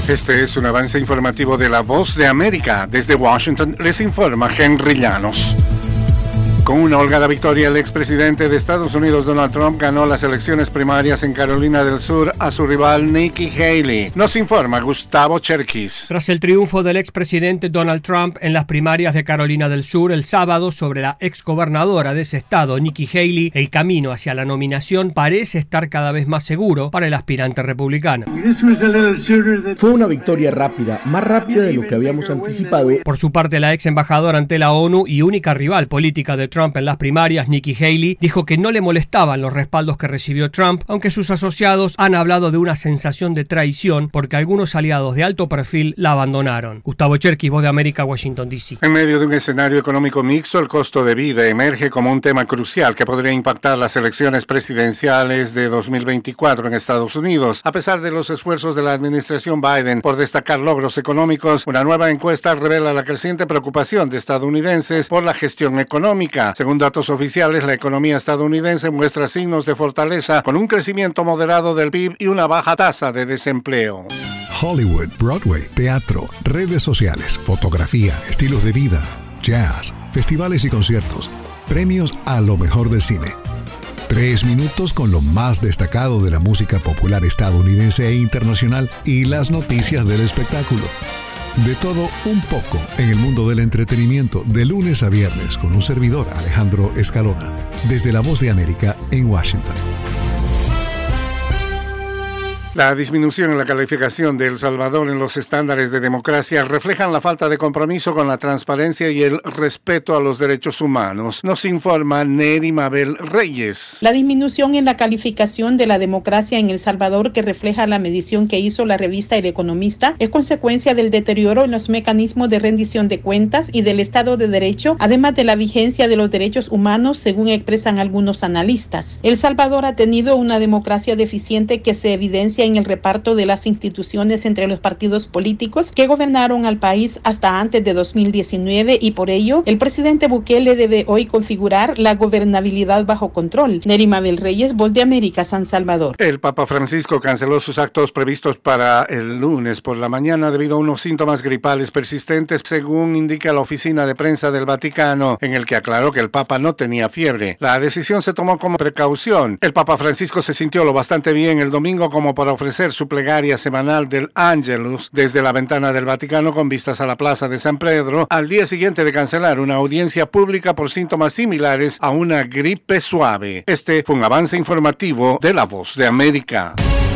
Este es un avance informativo de La Voz de América. Desde Washington les informa Henry Llanos. Con una holgada victoria, el expresidente de Estados Unidos, Donald Trump, ganó las elecciones primarias en Carolina del Sur a su rival Nikki Haley. Nos informa Gustavo Cherkis. Tras el triunfo del expresidente Donald Trump en las primarias de Carolina del Sur el sábado sobre la exgobernadora de ese estado, Nikki Haley, el camino hacia la nominación parece estar cada vez más seguro para el aspirante republicano. Fue una victoria rápida, más rápida de lo que habíamos anticipado. Por su parte, la ex embajadora ante la ONU y única rival política de Trump en las primarias, Nikki Haley, dijo que no le molestaban los respaldos que recibió Trump, aunque sus asociados han hablado de una sensación de traición porque algunos aliados de alto perfil la abandonaron. Gustavo Cherkis, Voz de América, Washington, D.C. En medio de un escenario económico mixto, el costo de vida emerge como un tema crucial que podría impactar las elecciones presidenciales de 2024 en Estados Unidos. A pesar de los esfuerzos de la administración Biden por destacar logros económicos, una nueva encuesta revela la creciente preocupación de estadounidenses por la gestión económica. Según datos oficiales, la economía estadounidense muestra signos de fortaleza con un crecimiento moderado del PIB y una baja tasa de desempleo. Hollywood, Broadway, teatro, redes sociales, fotografía, estilos de vida, jazz, festivales y conciertos, premios a lo mejor del cine. 3 minutos con lo más destacado de la música popular estadounidense e internacional y las noticias del espectáculo. De todo un poco en el mundo del entretenimiento, de lunes a viernes, con un servidor, Alejandro Escalona, desde La Voz de América en Washington. La disminución en la calificación de El Salvador en los estándares de democracia reflejan la falta de compromiso con la transparencia y el respeto a los derechos humanos. Nos informa Neri Mabel Reyes. La disminución en la calificación de la democracia en El Salvador, que refleja la medición que hizo la revista El Economista, es consecuencia del deterioro en los mecanismos de rendición de cuentas y del Estado de Derecho, además de la vigencia de los derechos humanos, según expresan algunos analistas. El Salvador ha tenido una democracia deficiente que se evidencia en el reparto de las instituciones entre los partidos políticos que gobernaron al país hasta antes de 2019 y por ello el presidente Bukele debe hoy configurar la gobernabilidad bajo control. Neri Mabel Reyes, Voz de América, San Salvador. El Papa Francisco canceló sus actos previstos para el lunes por la mañana debido a unos síntomas gripales persistentes, según indica la oficina de prensa del Vaticano, en el que aclaró que el Papa no tenía fiebre. La decisión se tomó como precaución. El Papa Francisco se sintió lo bastante bien el domingo como para ofrecer su plegaria semanal del Ángelus desde la ventana del Vaticano con vistas a la Plaza de San Pedro, al día siguiente de cancelar una audiencia pública por síntomas similares a una gripe suave. Este fue un avance informativo de La Voz de América.